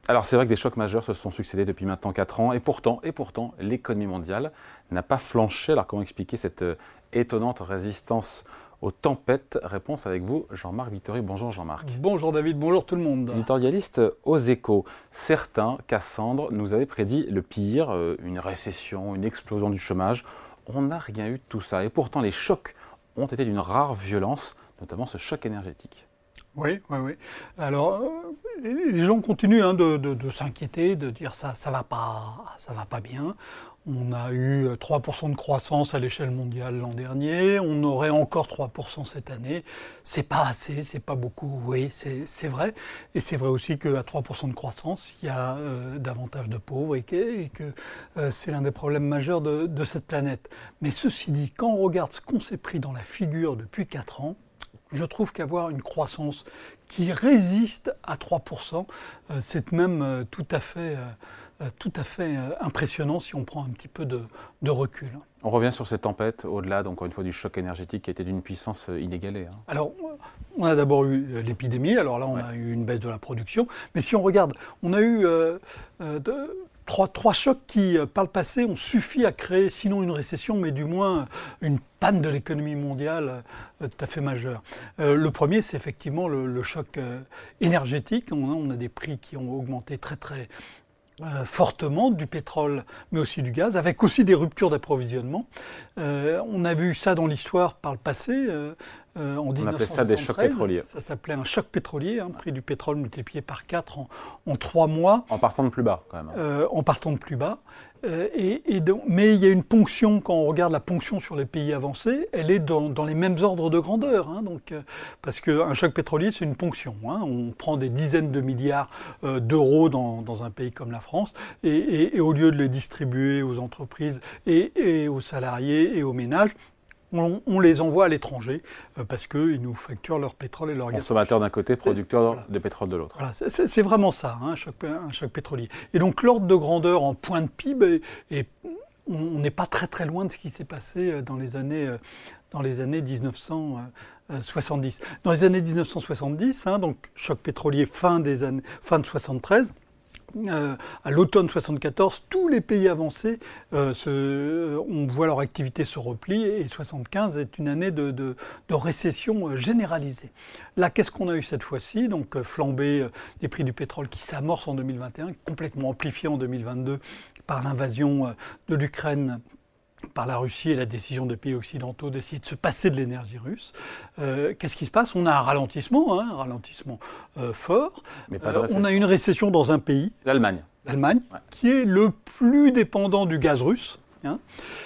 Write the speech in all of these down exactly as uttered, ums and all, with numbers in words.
Alors c'est vrai que des chocs majeurs se sont succédés depuis maintenant quatre ans et pourtant, et pourtant l'économie mondiale n'a pas flanché. Alors comment expliquer cette euh, étonnante résistance aux tempêtes? Réponse avec vous, Jean-Marc Vittori. Bonjour Jean-Marc. Bonjour David, bonjour tout le monde. Éditorialiste aux Échos. Certains, Cassandre, nous avaient prédit le pire, euh, une récession, une explosion du chômage. On n'a rien eu de tout ça et pourtant les chocs ont été d'une rare violence, notamment ce choc énergétique. Oui, oui, oui. Alors, euh, les gens continuent hein, de, de, de s'inquiéter, de dire ça, ça va pas, ça va pas bien. On a eu trois pour cent de croissance à l'échelle mondiale l'an dernier. On aurait encore trois pour cent cette année. C'est pas assez, c'est pas beaucoup. Oui, c'est, c'est vrai. Et c'est vrai aussi qu'à trois pour cent de croissance, il y a euh, davantage de pauvres et que, et que euh, c'est l'un des problèmes majeurs de, de cette planète. Mais ceci dit, quand on regarde ce qu'on s'est pris dans la figure depuis quatre ans, je trouve qu'avoir une croissance qui résiste à trois pour cent, euh, c'est même euh, tout à fait, euh, tout à fait euh, impressionnant si on prend un petit peu de, de recul. On revient sur cette tempête, au-delà, donc, encore une fois, du choc énergétique qui était d'une puissance inégalée. Hein. Alors, on a d'abord eu l'épidémie, alors là, on ouais. a eu une baisse de la production, mais si on regarde, on a eu euh, euh, de, Trois, trois chocs qui, par le passé, ont suffi à créer, sinon une récession, mais du moins une panne de l'économie mondiale euh, tout à fait majeure. Euh, le premier, c'est effectivement le, le choc euh, énergétique. On a, on a des prix qui ont augmenté très très euh, fortement, du pétrole, mais aussi du gaz, avec aussi des ruptures d'approvisionnement. Euh, on a vu ça dans l'histoire par le passé. Euh, Euh, en on appelait ça des chocs pétroliers. Ça s'appelait un choc pétrolier, hein, prix du pétrole multiplié par quatre en, en trois mois. En partant de plus bas, quand même. Euh, en partant de plus bas. Euh, et, et donc, mais il y a une ponction, quand on regarde la ponction sur les pays avancés, elle est dans, dans les mêmes ordres de grandeur. Hein, donc, euh, parce qu'un choc pétrolier, c'est une ponction. Hein, on prend des dizaines de milliards euh, d'euros dans, dans un pays comme la France, et, et, et au lieu de les distribuer aux entreprises et, et aux salariés et aux ménages, On, on les envoie à l'étranger euh, parce qu'ils nous facturent leur pétrole et leur gaz. Consommateurs d'un côté, producteurs voilà. de pétrole de l'autre. Voilà, c'est, c'est vraiment ça, hein, un, choc, un choc pétrolier. Et donc l'ordre de grandeur en point de P I B, est, est, on n'est pas très très loin de ce qui s'est passé dans les années, dans les années dix-neuf cent soixante-dix. Dans les années dix-neuf cent soixante-dix, hein, donc choc pétrolier fin, des années, fin de soixante-treize, Euh, à l'automne soixante-quatorze, tous les pays avancés, euh, se, euh, on voit leur activité se replier et soixante-quinze est une année de, de, de récession euh, généralisée. Là, qu'est-ce qu'on a eu cette fois-ci? Donc, euh, flambée euh, des prix du pétrole qui s'amorce en deux mille vingt et un, complètement amplifiée en deux mille vingt-deux par l'invasion euh, de l'Ukraine par la Russie et la décision des pays occidentaux d'essayer de se passer de l'énergie russe. Euh, qu'est-ce qui se passe? On a un ralentissement, hein, un ralentissement euh, fort. Mais pas de euh, on a une récession dans un pays, l'Allemagne, l'Allemagne ouais. qui est le plus dépendant du gaz russe. Hein.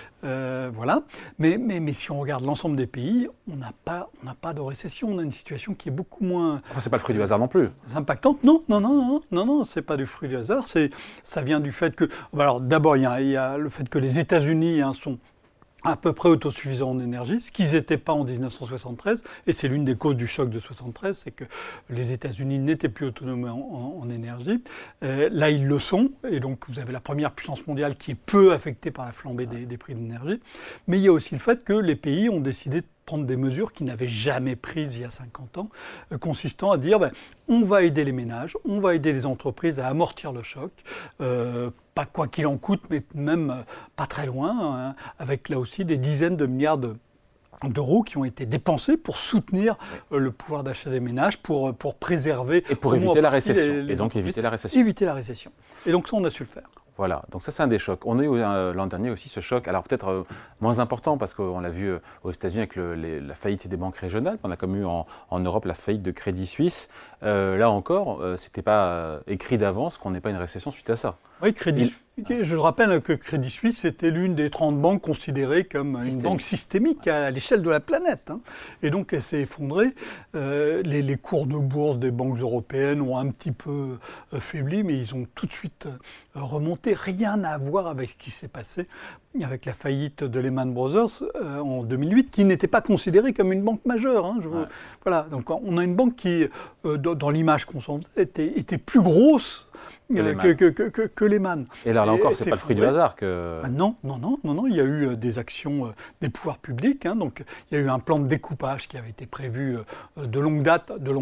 Euh, voilà. Mais, mais, mais si on regarde l'ensemble des pays, on n'a pas, on n'a pas de récession. On a une situation qui est beaucoup moins. Enfin, c'est pas le fruit du hasard non plus. Impactante. Non, non, non, non, non, non, c'est pas du fruit du hasard. C'est, ça vient du fait que. Alors, d'abord, il y a, il y a le fait que les États-Unis hein, sont à peu près autosuffisants en énergie, ce qu'ils n'étaient pas en dix-neuf cent soixante-treize, et c'est l'une des causes du choc de soixante-treize, c'est que les États-Unis n'étaient plus autonomes en, en, en énergie. Euh, là, ils le sont, et donc vous avez la première puissance mondiale qui est peu affectée par la flambée des, des prix de l'énergie. Mais il y a aussi le fait que les pays ont décidé de prendre des mesures qu'ils n'avaient jamais prises il y a cinquante ans, euh, consistant à dire ben, on va aider les ménages, on va aider les entreprises à amortir le choc, euh, pas quoi qu'il en coûte, mais même euh, pas très loin, hein, avec là aussi des dizaines de milliards de, d'euros qui ont été dépensés pour soutenir oui. euh, le pouvoir d'achat des ménages, pour, pour préserver... Et pour éviter la récession, les, les et donc éviter la récession. Éviter la récession. Et donc ça, on a su le faire. Voilà, donc ça c'est un des chocs. On a eu euh, l'an dernier aussi ce choc, alors peut-être euh, moins important parce qu'on l'a vu euh, aux États-Unis avec le, les, la faillite des banques régionales. On a comme eu en, en Europe la faillite de Crédit Suisse. Euh, là encore, euh, c'était pas euh, écrit d'avance qu'on n'ait pas une récession suite à ça. Oui, Crédit. Il... Je rappelle que Crédit Suisse était l'une des trente banques considérées comme Systémique. Une banque systémique à l'échelle de la planète. Hein. Et donc elle s'est effondrée. Euh, les, les cours de bourse des banques européennes ont un petit peu euh, faibli, mais ils ont tout de suite euh, remonté. Rien à voir avec ce qui s'est passé avec la faillite de Lehman Brothers euh, en deux mille huit, qui n'était pas considérée comme une banque majeure. Hein, je ouais. Voilà, donc on a une banque qui, euh, dans, dans l'image qu'on s'en faisait, était, était plus grosse euh, que, que, que, que, que Lehman. Et là, là encore, c'est, c'est pas le fruit du hasard que... Ah non, non, non, non, non, il y a eu euh, des actions euh, des pouvoirs publics. Hein, donc, il y a eu un plan de découpage qui avait été prévu euh, de longue date, de longue date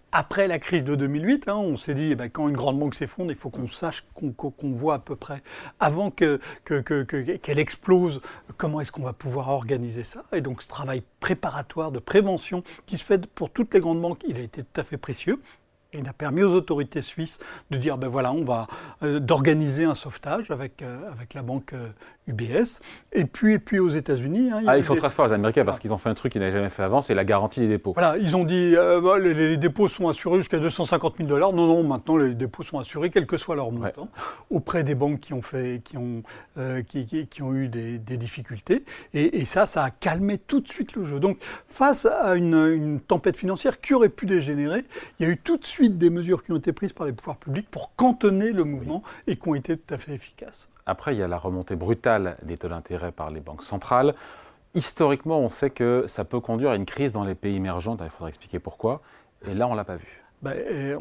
après la crise de deux mille huit, hein, on s'est dit, eh ben, quand une grande banque s'effondre, il faut qu'on sache, qu'on, qu'on voit à peu près, avant que, que, que, que, qu'elle explose, comment est-ce qu'on va pouvoir organiser ça. Et donc ce travail préparatoire de prévention qui se fait pour toutes les grandes banques, il a été tout à fait précieux. Il a permis aux autorités suisses de dire, ben voilà, on va euh, d'organiser un sauvetage avec, euh, avec la banque euh, U B S. Et puis, et puis aux États-Unis... Hein, ah, ils sont des... très forts, les Américains, voilà. Parce qu'ils ont fait un truc qu'ils n'avaient jamais fait avant, c'est la garantie des dépôts. Voilà, ils ont dit, euh, bah, les, les dépôts sont assurés jusqu'à deux cent cinquante mille dollars. Non, non, maintenant, les dépôts sont assurés, quel que soit leur montant, ouais. auprès des banques qui ont, fait, qui ont, euh, qui, qui, qui ont eu des, des difficultés. Et, et ça, ça a calmé tout de suite le jeu. Donc, face à une, une tempête financière qui aurait pu dégénérer, il y a eu tout de suite des mesures qui ont été prises par les pouvoirs publics pour cantonner le mouvement oui. et qui ont été tout à fait efficaces. Après, il y a la remontée brutale des taux d'intérêt par les banques centrales. Historiquement, on sait que ça peut conduire à une crise dans les pays émergents. Il faudra expliquer pourquoi. Et là, on ne l'a pas vu. Ben,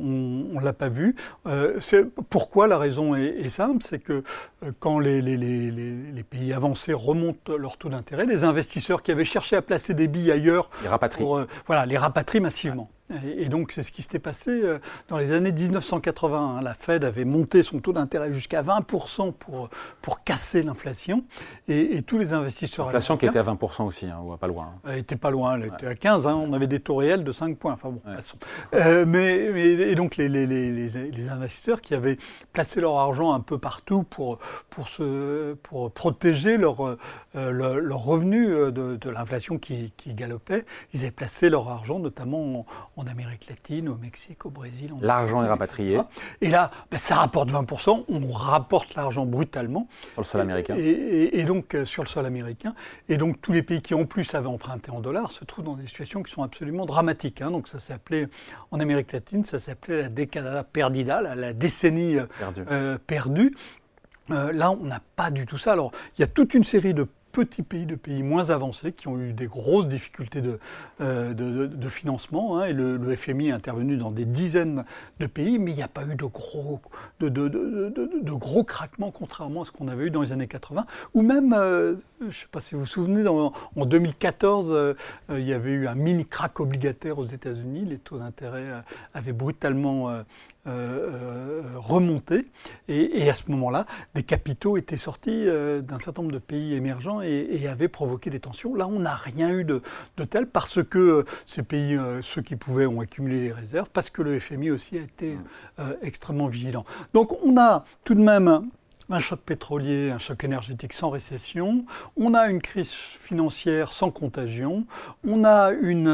on ne l'a pas vu. Euh, c'est, pourquoi la raison est, est simple, c'est que euh, quand les, les, les, les pays avancés remontent leur taux d'intérêt, les investisseurs qui avaient cherché à placer des billes ailleurs, les rapatrient. Pour, euh, voilà, les rapatrient massivement. Et, et donc c'est ce qui s'était passé euh, dans les années dix-neuf cent quatre-vingts. Hein. La Fed avait monté son taux d'intérêt jusqu'à vingt pour cent pour, pour casser l'inflation. Et, et tous les investisseurs... L'inflation qui était à vingt pour cent aussi, hein, ou pas loin. Hein. Elle n'était pas loin, elle était ouais. à quinze. Hein. On avait des taux réels de cinq points. Enfin bon, ouais. passons. Euh, mais, mais, et donc les, les, les, les, les investisseurs qui avaient placé leur argent un peu partout pour, pour, se, pour protéger leur, euh, leur, leur revenu de, de l'inflation qui, qui galopait, ils avaient placé leur argent notamment en, en Amérique latine, au Mexique, au Brésil. L'argent est rapatrié. Et là, ben, ça rapporte vingt pour cent, on rapporte l'argent brutalement. Sur le sol américain. Et, et, et donc, euh, sur le sol américain. Et donc, tous les pays qui, en plus, avaient emprunté en dollars se trouvent dans des situations qui sont absolument dramatiques. Hein. Donc, ça s'est appelé, en Amérique latine, ça s'appelait la década perdida, la, la décennie Perdu. euh, perdue. Euh, là, on n'a pas du tout ça. Alors, il y a toute une série de petits pays, de pays moins avancés, qui ont eu des grosses difficultés de, euh, de, de, de financement. Hein, et le, le F M I est intervenu dans des dizaines de pays, mais il n'y a pas eu de gros, de, de, de, de, de gros craquements, contrairement à ce qu'on avait eu dans les années quatre-vingts. Ou même, euh, je ne sais pas si vous vous souvenez, dans, en deux mille quatorze, euh, il y avait eu un mini crack obligataire aux États-Unis. Les taux d'intérêt euh, avaient brutalement... Euh, Euh, euh, remonter et, et à ce moment-là, des capitaux étaient sortis euh, d'un certain nombre de pays émergents et, et avaient provoqué des tensions. Là, on n'a rien eu de, de tel parce que euh, ces pays, euh, ceux qui pouvaient, ont accumulé les réserves, parce que le F M I aussi a été euh, extrêmement vigilant. Donc, on a tout de même un choc pétrolier, un choc énergétique sans récession, on a une crise financière sans contagion, on a une,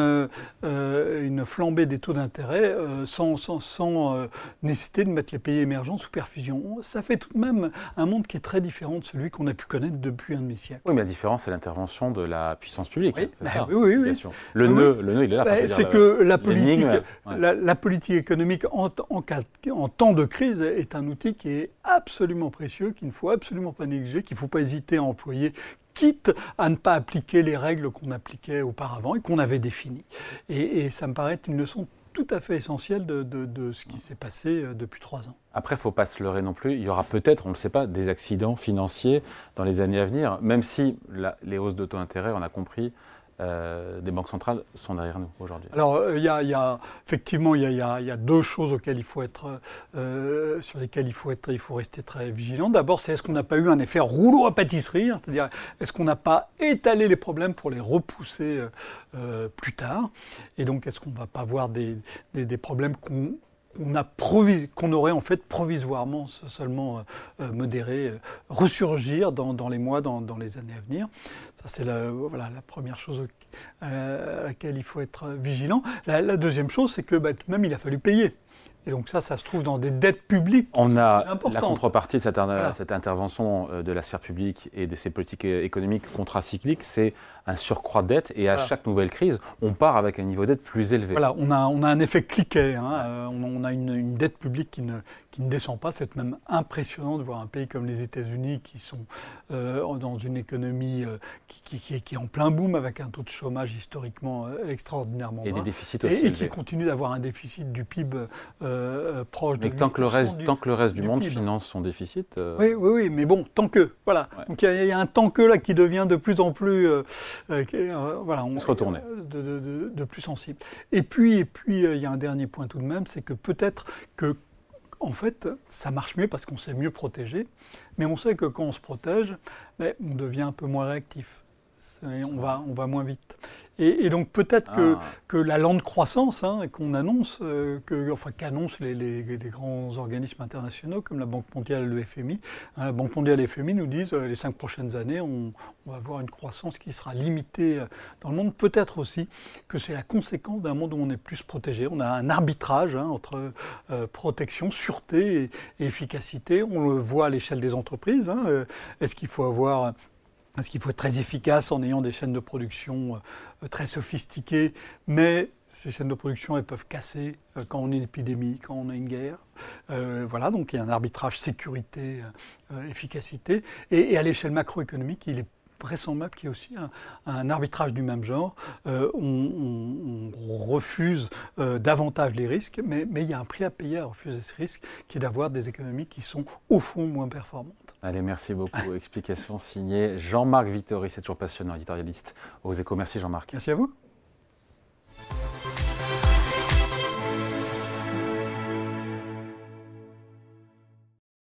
euh, une flambée des taux d'intérêt euh, sans, sans, sans euh, nécessité de mettre les pays émergents sous perfusion. Ça fait tout de même un monde qui est très différent de celui qu'on a pu connaître depuis un demi-siècle. Oui, mais la différence, c'est l'intervention de la puissance publique. Oui, c'est bah, ça, oui, oui, oui. Le, oui, nœud, oui. le nœud, il est là. Bah, c'est le, que la politique, ouais. la, la politique économique en, en, en temps de crise est un outil qui est absolument précieux, qu'il ne faut absolument pas négliger, qu'il ne faut pas hésiter à employer, quitte à ne pas appliquer les règles qu'on appliquait auparavant et qu'on avait définies. Et, et ça me paraît une leçon tout à fait essentielle de, de, de ce qui s'est passé depuis trois ans. Après, il ne faut pas se leurrer non plus. Il y aura peut-être, on ne le sait pas, des accidents financiers dans les années à venir, même si la, les hausses de taux d'intérêt, on a compris, Euh, des banques centrales sont derrière nous aujourd'hui. Alors, il euh, y, y a effectivement, il y, y, y a deux choses auxquelles il faut être, euh, sur lesquelles il faut être, il faut rester très vigilant. D'abord, c'est est-ce qu'on n'a pas eu un effet rouleau à pâtisserie, hein, c'est-à-dire est-ce qu'on n'a pas étalé les problèmes pour les repousser euh, plus tard, et donc est-ce qu'on ne va pas avoir des, des, des problèmes qu'on qu'on, a provis, qu'on aurait en fait provisoirement seulement euh, modéré, euh, ressurgir dans, dans les mois, dans, dans les années à venir. Ça, c'est la, voilà, la première chose euh, à laquelle il faut être vigilant. La, la deuxième chose, c'est que bah, tout de même, il a fallu payer. Et donc ça, ça se trouve dans des dettes publiques. On a la contrepartie de cette, voilà. cette intervention de la sphère publique et de ces politiques économiques contracycliques, c'est un surcroît de dette. Et à voilà. chaque nouvelle crise, on part avec un niveau de dette plus élevé. Voilà, on a, on a un effet cliquet. Hein. Euh, on, on a une, une dette publique qui ne, qui ne descend pas. C'est même impressionnant de voir un pays comme les États-Unis qui sont euh, dans une économie euh, qui, qui, qui, est, qui est en plein boom avec un taux de chômage historiquement euh, extraordinairement bas. Et des déficits aussi et, élevés. Et qui continue d'avoir un déficit du P I B euh, proche mais de tant que le reste, du, tant que le reste du, du monde P I B. Finance son déficit. Euh... Oui, oui, oui, mais bon, tant que, voilà. Ouais. Donc il y, y a un tant que là qui devient de plus en plus, euh, euh, euh, voilà, on se retourner. De, de, de, de plus sensible. Et puis, et puis, il y a un dernier point tout de même, c'est que peut-être que en fait, ça marche mieux parce qu'on s'est mieux protégé, mais on sait que quand on se protège, ben, on devient un peu moins réactif. On va, on va moins vite. Et, et donc peut-être ah. que, que la lente croissance hein, qu'on annonce, euh, que, enfin qu'annoncent les, les, les grands organismes internationaux comme la Banque mondiale et le F M I, hein, la Banque mondiale et le F M I nous disent euh, les cinq prochaines années, on, on va avoir une croissance qui sera limitée euh, dans le monde. Peut-être aussi que c'est la conséquence d'un monde où on est plus protégé. On a un arbitrage hein, entre euh, protection, sûreté et, et efficacité. On le voit à l'échelle des entreprises. Hein, euh, est-ce qu'il faut avoir Est-ce qu'il faut être très efficace en ayant des chaînes de production euh, très sophistiquées, mais ces chaînes de production, elles peuvent casser euh, quand on a une épidémie, quand on a une guerre. Euh, voilà, donc il y a un arbitrage sécurité, euh, efficacité. Et, et à l'échelle macroéconomique, il est vraisemblable qu'il y ait aussi un, un arbitrage du même genre. Euh, on, on, on refuse euh, davantage les risques, mais, mais il y a un prix à payer à refuser ce risque, qui est d'avoir des économies qui sont au fond moins performantes. Allez, merci beaucoup. Explication signée Jean-Marc Vittori, c'est toujours passionnant, éditorialiste aux Échos. Merci Jean-Marc. Merci à vous.